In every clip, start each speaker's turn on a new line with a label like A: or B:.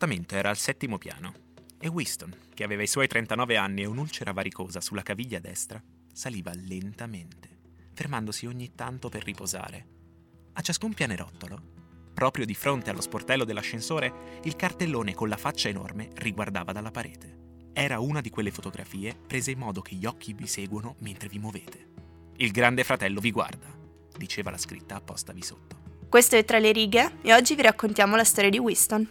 A: l'appartamento era al 7° piano e Winston, che aveva i suoi 39 anni e un'ulcera varicosa sulla caviglia destra, saliva lentamente, fermandosi ogni tanto per riposare. A ciascun pianerottolo, proprio di fronte allo sportello dell'ascensore, il cartellone con la faccia enorme riguardava dalla parete. Era una di quelle fotografie prese in modo che gli occhi vi seguono mentre vi muovete. Il grande fratello vi guarda, diceva la scritta appostavi sotto.
B: Questo è Tra le righe e oggi vi raccontiamo la storia di Winston.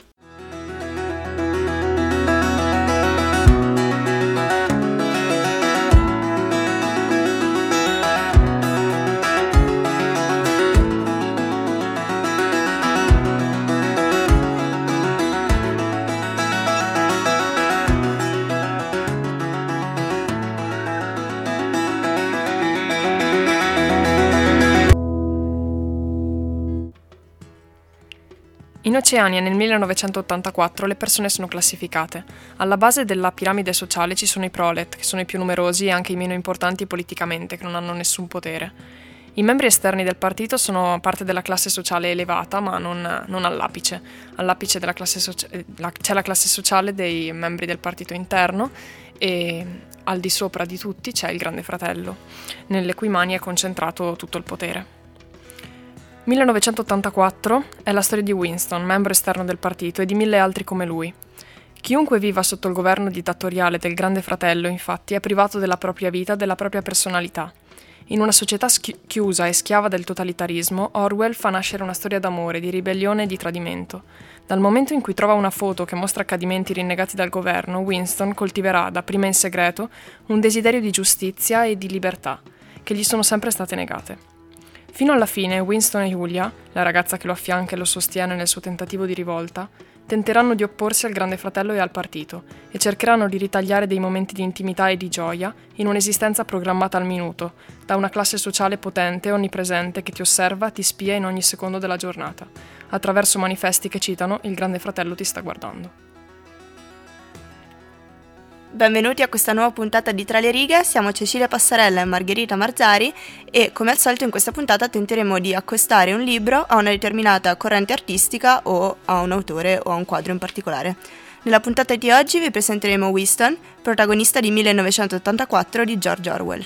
C: In Oceania nel 1984 le persone sono classificate. Alla base della piramide sociale ci sono i prolet, che sono i più numerosi e anche i meno importanti politicamente, che non hanno nessun potere. I membri esterni del partito sono parte della classe sociale elevata, ma non all'apice. All'apice della classe c'è la classe sociale dei membri del partito interno e al di sopra di tutti c'è il Grande Fratello, nelle cui mani è concentrato tutto il potere. 1984 è la storia di Winston, membro esterno del partito, e di 1000 altri come lui. Chiunque viva sotto il governo dittatoriale del Grande Fratello, infatti, è privato della propria vita, della propria personalità. In una società chiusa e schiava del totalitarismo, Orwell fa nascere una storia d'amore, di ribellione e di tradimento. Dal momento in cui trova una foto che mostra accadimenti rinnegati dal governo, Winston coltiverà, dapprima in segreto, un desiderio di giustizia e di libertà, che gli sono sempre state negate. Fino alla fine, Winston e Julia, la ragazza che lo affianca e lo sostiene nel suo tentativo di rivolta, tenteranno di opporsi al Grande Fratello e al partito e cercheranno di ritagliare dei momenti di intimità e di gioia in un'esistenza programmata al minuto, da una classe sociale potente e onnipresente che ti osserva, ti spia in ogni secondo della giornata, attraverso manifesti che citano «Il Grande Fratello ti sta guardando».
B: Benvenuti a questa nuova puntata di Tra le righe, siamo Cecilia Passarella e Margherita Marzari e come al solito in questa puntata tenteremo di accostare un libro a una determinata corrente artistica o a un autore o a un quadro in particolare. Nella puntata di oggi vi presenteremo Winston, protagonista di 1984 di George Orwell.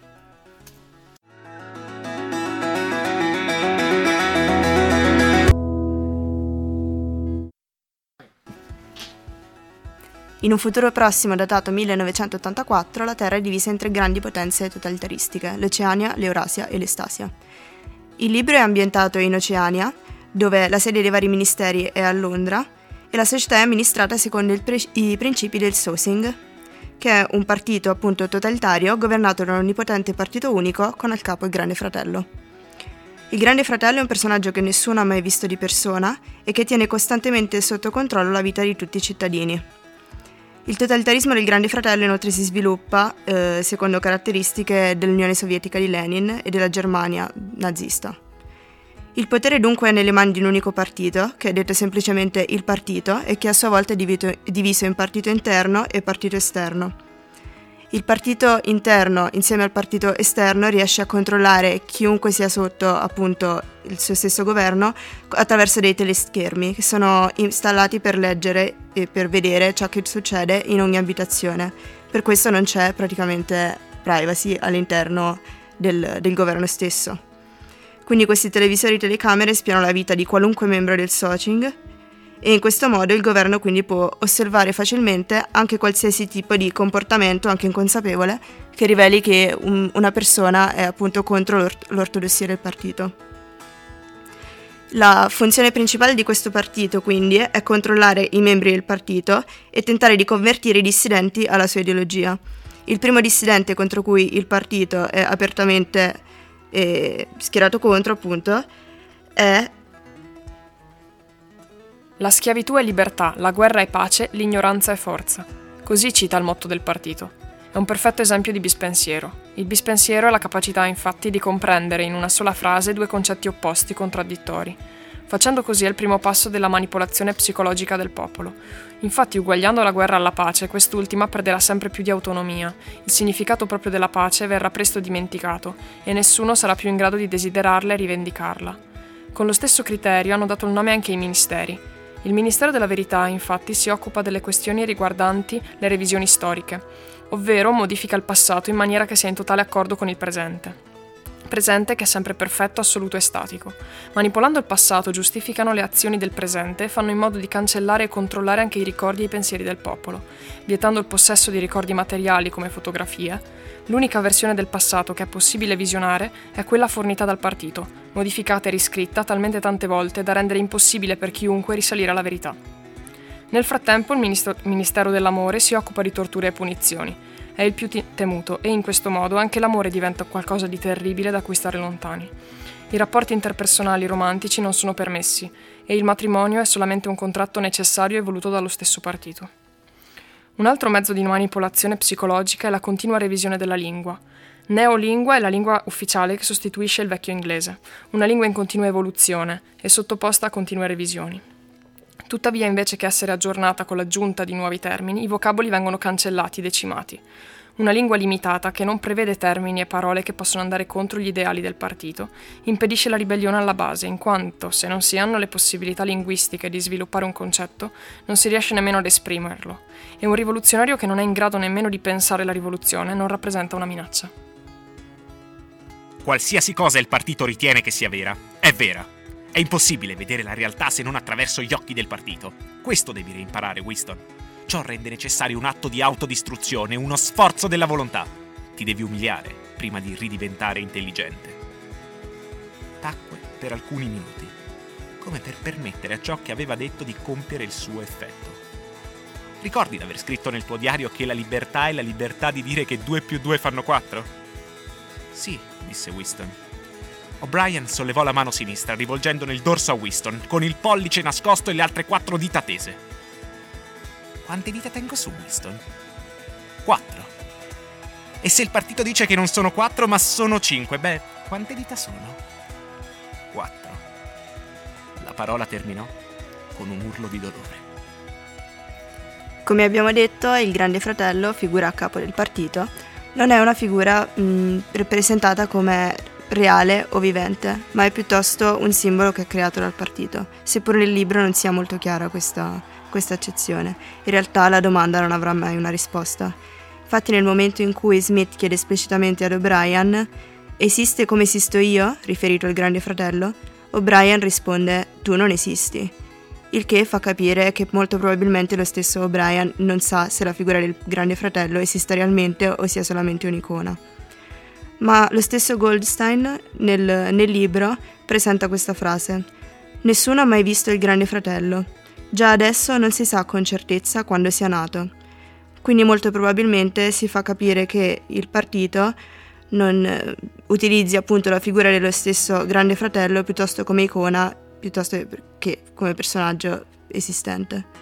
B: In un futuro prossimo datato 1984, la Terra è divisa in 3 grandi potenze totalitaristiche, l'Oceania, l'Eurasia e l'Estasia. Il libro è ambientato in Oceania, dove la sede dei vari ministeri è a Londra, e la società è amministrata secondo i principi del Sosing, che è un partito appunto totalitario governato da un onnipotente partito unico con al capo il Grande Fratello. Il Grande Fratello è un personaggio che nessuno ha mai visto di persona e che tiene costantemente sotto controllo la vita di tutti i cittadini. Il totalitarismo del Grande Fratello inoltre si sviluppa secondo caratteristiche dell'Unione Sovietica di Lenin e della Germania nazista. Il potere dunque è nelle mani di un unico partito, che è detto semplicemente il partito e che a sua volta è diviso in partito interno e partito esterno. Il partito interno, insieme al partito esterno, riesce a controllare chiunque sia sotto appunto il suo stesso governo attraverso dei teleschermi che sono installati per leggere e per vedere ciò che succede in ogni abitazione. Per questo non c'è praticamente privacy all'interno del governo stesso. Quindi questi televisori e telecamere spiano la vita di qualunque membro del Sosing e in questo modo il governo quindi può osservare facilmente anche qualsiasi tipo di comportamento, anche inconsapevole, che riveli che una persona è appunto contro l'ortodossia del partito. La funzione principale di questo partito quindi è controllare i membri del partito e tentare di convertire i dissidenti alla sua ideologia. Il primo dissidente contro cui il partito è apertamente schierato contro appunto è
C: «La schiavitù è libertà, la guerra è pace, l'ignoranza è forza». Così cita il motto del partito. È un perfetto esempio di bispensiero. Il bispensiero è la capacità, infatti, di comprendere in una sola frase 2 concetti opposti, contraddittori. Facendo così è il primo passo della manipolazione psicologica del popolo. Infatti, uguagliando la guerra alla pace, quest'ultima perderà sempre più di autonomia. Il significato proprio della pace verrà presto dimenticato e nessuno sarà più in grado di desiderarla e rivendicarla. Con lo stesso criterio hanno dato il nome anche ai ministeri. Il Ministero della Verità, infatti, si occupa delle questioni riguardanti le revisioni storiche, ovvero modifica il passato in maniera che sia in totale accordo con il presente che è sempre perfetto, assoluto e statico. Manipolando il passato giustificano le azioni del presente e fanno in modo di cancellare e controllare anche i ricordi e i pensieri del popolo, vietando il possesso di ricordi materiali come fotografie. L'unica versione del passato che è possibile visionare è quella fornita dal partito, modificata e riscritta talmente tante volte da rendere impossibile per chiunque risalire alla verità. Nel frattempo il Ministero dell'Amore si occupa di torture e punizioni. È il più temuto e in questo modo anche l'amore diventa qualcosa di terribile da cui stare lontani. I rapporti interpersonali romantici non sono permessi e il matrimonio è solamente un contratto necessario e voluto dallo stesso partito. Un altro mezzo di manipolazione psicologica è la continua revisione della lingua. Neolingua è la lingua ufficiale che sostituisce il vecchio inglese, una lingua in continua evoluzione e sottoposta a continue revisioni. Tuttavia, invece che essere aggiornata con l'aggiunta di nuovi termini, i vocaboli vengono cancellati, decimati. Una lingua limitata, che non prevede termini e parole che possono andare contro gli ideali del partito, impedisce la ribellione alla base, in quanto, se non si hanno le possibilità linguistiche di sviluppare un concetto, non si riesce nemmeno ad esprimerlo. E un rivoluzionario che non è in grado nemmeno di pensare la rivoluzione non rappresenta una minaccia.
A: Qualsiasi cosa il partito ritiene che sia vera, è vera. È impossibile vedere la realtà se non attraverso gli occhi del partito. Questo devi reimparare, Winston. Ciò rende necessario un atto di autodistruzione, uno sforzo della volontà. Ti devi umiliare prima di ridiventare intelligente. Tacque per alcuni minuti, come per permettere a ciò che aveva detto di compiere il suo effetto. Ricordi d'aver scritto nel tuo diario che la libertà è la libertà di dire che 2 più 2 fanno 4? Sì, disse Winston. O'Brien sollevò la mano sinistra, rivolgendone il dorso a Winston, con il pollice nascosto e le altre 4 dita tese. Quante dita tengo su, Winston? 4. E se il partito dice che non sono 4, ma sono 5, beh, quante dita sono? 4. La parola terminò con un urlo di dolore.
B: Come abbiamo detto, il Grande Fratello, figura a capo del partito, non è una figura rappresentata come reale o vivente, ma è piuttosto un simbolo che è creato dal partito, seppur nel libro non sia molto chiara questa accezione. In realtà la domanda non avrà mai una risposta. Infatti nel momento in cui Smith chiede esplicitamente ad O'Brien «Esiste come esisto io?», riferito al Grande Fratello, O'Brien risponde «Tu non esisti», il che fa capire che molto probabilmente lo stesso O'Brien non sa se la figura del Grande Fratello esista realmente o sia solamente un'icona. Ma lo stesso Goldstein nel libro presenta questa frase: «Nessuno ha mai visto il Grande Fratello. Già adesso non si sa con certezza quando sia nato». Quindi molto probabilmente si fa capire che il partito non utilizzi appunto la figura dello stesso Grande Fratello piuttosto come icona, piuttosto che come personaggio esistente.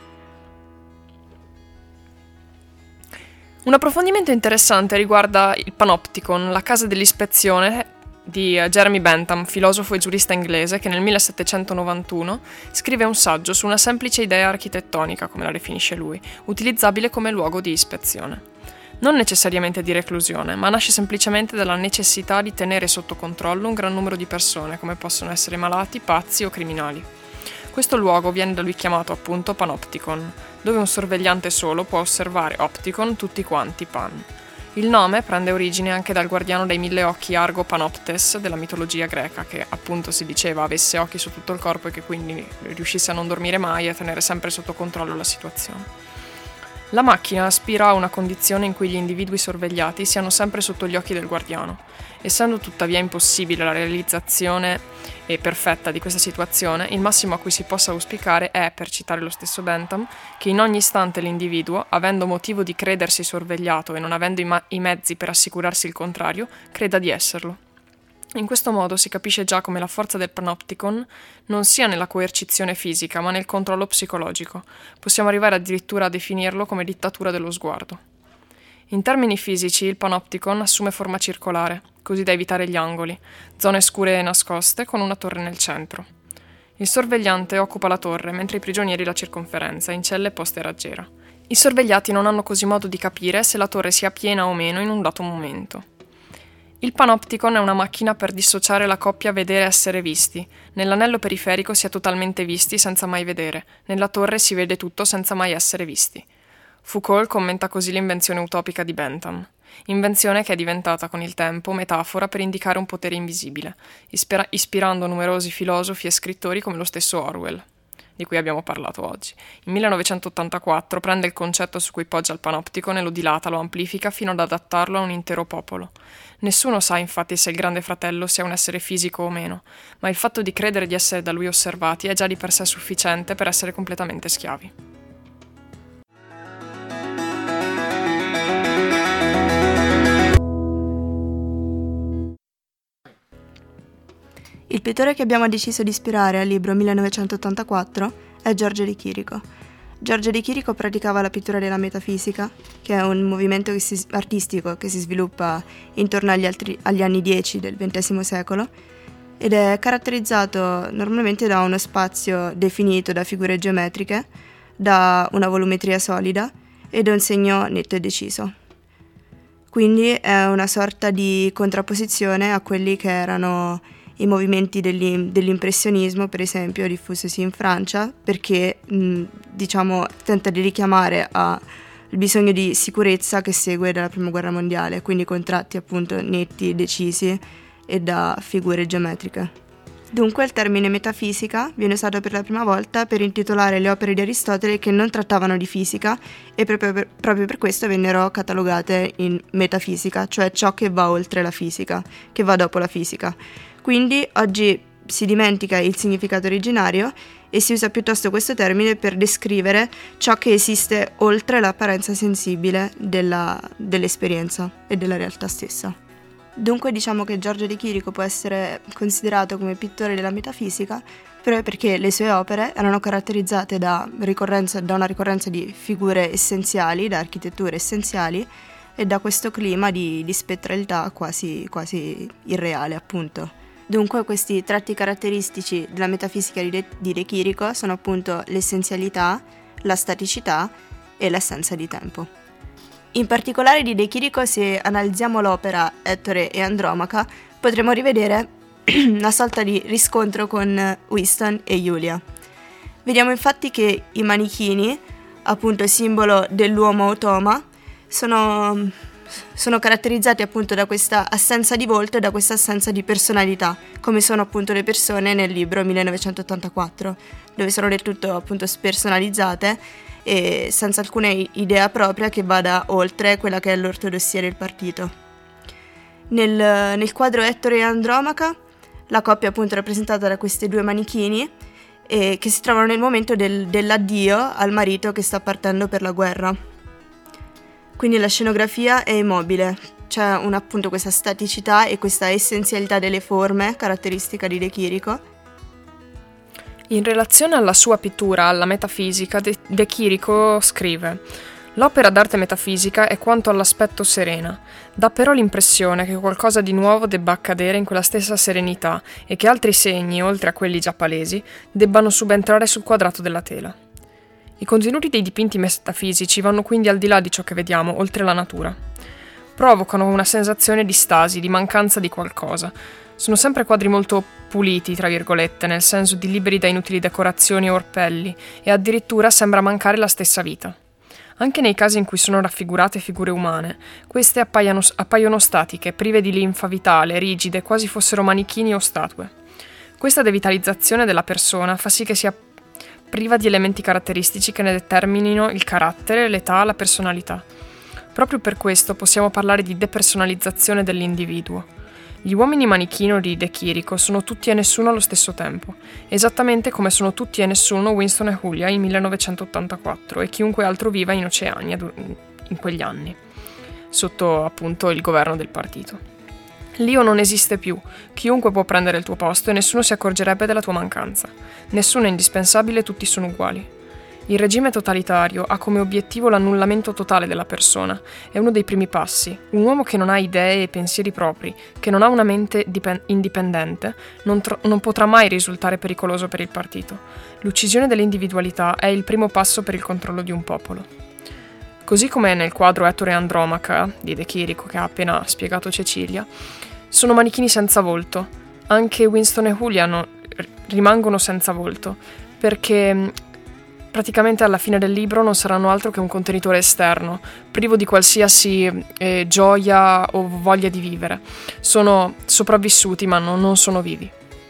C: Un approfondimento interessante riguarda il Panopticon, la casa dell'ispezione di Jeremy Bentham, filosofo e giurista inglese, che nel 1791 scrive un saggio su una semplice idea architettonica, come la definisce lui, utilizzabile come luogo di ispezione. Non necessariamente di reclusione, ma nasce semplicemente dalla necessità di tenere sotto controllo un gran numero di persone, come possono essere malati, pazzi o criminali. Questo luogo viene da lui chiamato appunto Panopticon, dove un sorvegliante solo può osservare Opticon tutti quanti Pan. Il nome prende origine anche dal guardiano dai 1000 occhi Argo Panoptes della mitologia greca, che appunto si diceva avesse occhi su tutto il corpo e che quindi riuscisse a non dormire mai e a tenere sempre sotto controllo la situazione. La macchina aspira a una condizione in cui gli individui sorvegliati siano sempre sotto gli occhi del guardiano. Essendo tuttavia impossibile la realizzazione perfetta di questa situazione, il massimo a cui si possa auspicare è, per citare lo stesso Bentham, che in ogni istante l'individuo, avendo motivo di credersi sorvegliato e non avendo i mezzi per assicurarsi il contrario, creda di esserlo. In questo modo si capisce già come la forza del Panopticon non sia nella coercizione fisica, ma nel controllo psicologico. Possiamo arrivare addirittura a definirlo come dittatura dello sguardo. In termini fisici, il Panopticon assume forma circolare, così da evitare gli angoli, zone scure e nascoste con una torre nel centro. Il sorvegliante occupa la torre, mentre i prigionieri la circonferenza, in celle poste a raggiera. I sorvegliati non hanno così modo di capire se la torre sia piena o meno in un dato momento. Il panopticon è una macchina per dissociare la coppia vedere e essere visti. Nell'anello periferico si è totalmente visti senza mai vedere. Nella torre si vede tutto senza mai essere visti. Foucault commenta così l'invenzione utopica di Bentham. Invenzione che è diventata con il tempo metafora per indicare un potere invisibile, ispirando numerosi filosofi e scrittori come lo stesso Orwell, di cui abbiamo parlato oggi. In 1984 prende il concetto su cui poggia il panopticon e lo dilata, lo amplifica fino ad adattarlo a un intero popolo. Nessuno sa infatti se il Grande Fratello sia un essere fisico o meno, ma il fatto di credere di essere da lui osservati è già di per sé sufficiente per essere completamente schiavi.
B: Il pittore che abbiamo deciso di ispirare al libro 1984 è Giorgio de Chirico. Giorgio de Chirico praticava la pittura della metafisica, che è un movimento artistico che si sviluppa intorno agli anni 10 del XX secolo ed è caratterizzato normalmente da uno spazio definito da figure geometriche, da una volumetria solida e da un segno netto e deciso. Quindi è una sorta di contrapposizione a quelli che erano i movimenti dell'impressionismo, per esempio, diffusosi in Francia, perché tenta di richiamare al bisogno di sicurezza che segue dalla Prima Guerra Mondiale, quindi contratti appunto netti, decisi e da figure geometriche. Dunque il termine metafisica viene usato per la prima volta per intitolare le opere di Aristotele che non trattavano di fisica e proprio per questo vennero catalogate in metafisica, cioè ciò che va oltre la fisica, che va dopo la fisica. Quindi oggi si dimentica il significato originario e si usa piuttosto questo termine per descrivere ciò che esiste oltre l'apparenza sensibile dell'esperienza e della realtà stessa. Dunque diciamo che Giorgio de Chirico può essere considerato come pittore della metafisica proprio perché le sue opere erano caratterizzate da una ricorrenza di figure essenziali, da architetture essenziali e da questo clima di spettralità quasi irreale, appunto. Dunque questi tratti caratteristici della metafisica di De Chirico sono appunto l'essenzialità, la staticità e l'assenza di tempo. In particolare di De Chirico, se analizziamo l'opera Ettore e Andromaca, potremo rivedere una sorta di riscontro con Winston e Julia. Vediamo infatti che i manichini, appunto simbolo dell'uomo automa, sono caratterizzati appunto da questa assenza di volto e da questa assenza di personalità, come sono appunto le persone nel libro 1984, dove sono del tutto appunto spersonalizzate e senza alcuna idea propria che vada oltre quella che è l'ortodossia del partito. Nel quadro Ettore e Andromaca, la coppia appunto è rappresentata da questi due manichini che si trovano nel momento dell'addio al marito che sta partendo per la guerra. Quindi la scenografia è immobile, c'è appunto questa staticità e questa essenzialità delle forme, caratteristica di De Chirico.
C: In relazione alla sua pittura, alla metafisica, De Chirico scrive: «L'opera d'arte metafisica è quanto all'aspetto serena, dà però l'impressione che qualcosa di nuovo debba accadere in quella stessa serenità e che altri segni, oltre a quelli già palesi, debbano subentrare sul quadrato della tela. I contenuti dei dipinti metafisici vanno quindi al di là di ciò che vediamo, oltre la natura. Provocano una sensazione di stasi, di mancanza di qualcosa. Sono sempre quadri molto puliti, tra virgolette, nel senso di liberi da inutili decorazioni o orpelli, e addirittura sembra mancare la stessa vita. Anche nei casi in cui sono raffigurate figure umane, queste appaiono statiche, prive di linfa vitale, rigide, quasi fossero manichini o statue. Questa devitalizzazione della persona fa sì che sia priva di elementi caratteristici che ne determinino il carattere, l'età, la personalità. Proprio per questo possiamo parlare di depersonalizzazione dell'individuo. Gli uomini manichino di De Chirico sono tutti e nessuno allo stesso tempo, esattamente come sono tutti e nessuno Winston e Julia in 1984 e chiunque altro viva in Oceania in quegli anni, sotto appunto il governo del partito. L'io non esiste più, chiunque può prendere il tuo posto e nessuno si accorgerebbe della tua mancanza. Nessuno è indispensabile, tutti sono uguali. Il regime totalitario ha come obiettivo l'annullamento totale della persona. È uno dei primi passi. Un uomo che non ha idee e pensieri propri, che non ha una mente indipendente, non potrà mai risultare pericoloso per il partito. L'uccisione dell'individualità è il primo passo per il controllo di un popolo. Così come nel quadro Ettore e Andromaca di De Chirico che ha appena spiegato Cecilia, Sono manichini senza volto. Anche Winston e Julia rimangono senza volto, perché praticamente alla fine del libro non saranno altro che un contenitore esterno, privo di qualsiasi gioia o voglia di vivere. Sono sopravvissuti, ma non sono vivi.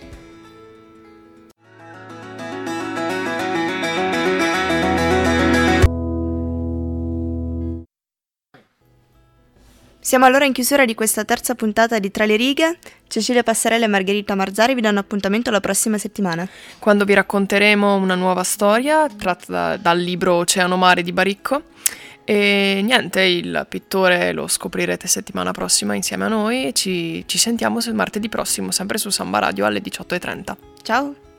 B: Siamo allora in chiusura di questa terza puntata di Tra le righe. Cecilia Passarella e Margherita Marzari vi danno appuntamento la prossima settimana,
C: quando vi racconteremo una nuova storia tratta dal libro Oceano Mare di Baricco. E niente, il pittore lo scoprirete settimana prossima insieme a noi e ci sentiamo martedì prossimo, sempre su Samba Radio alle 18:30.
B: Ciao!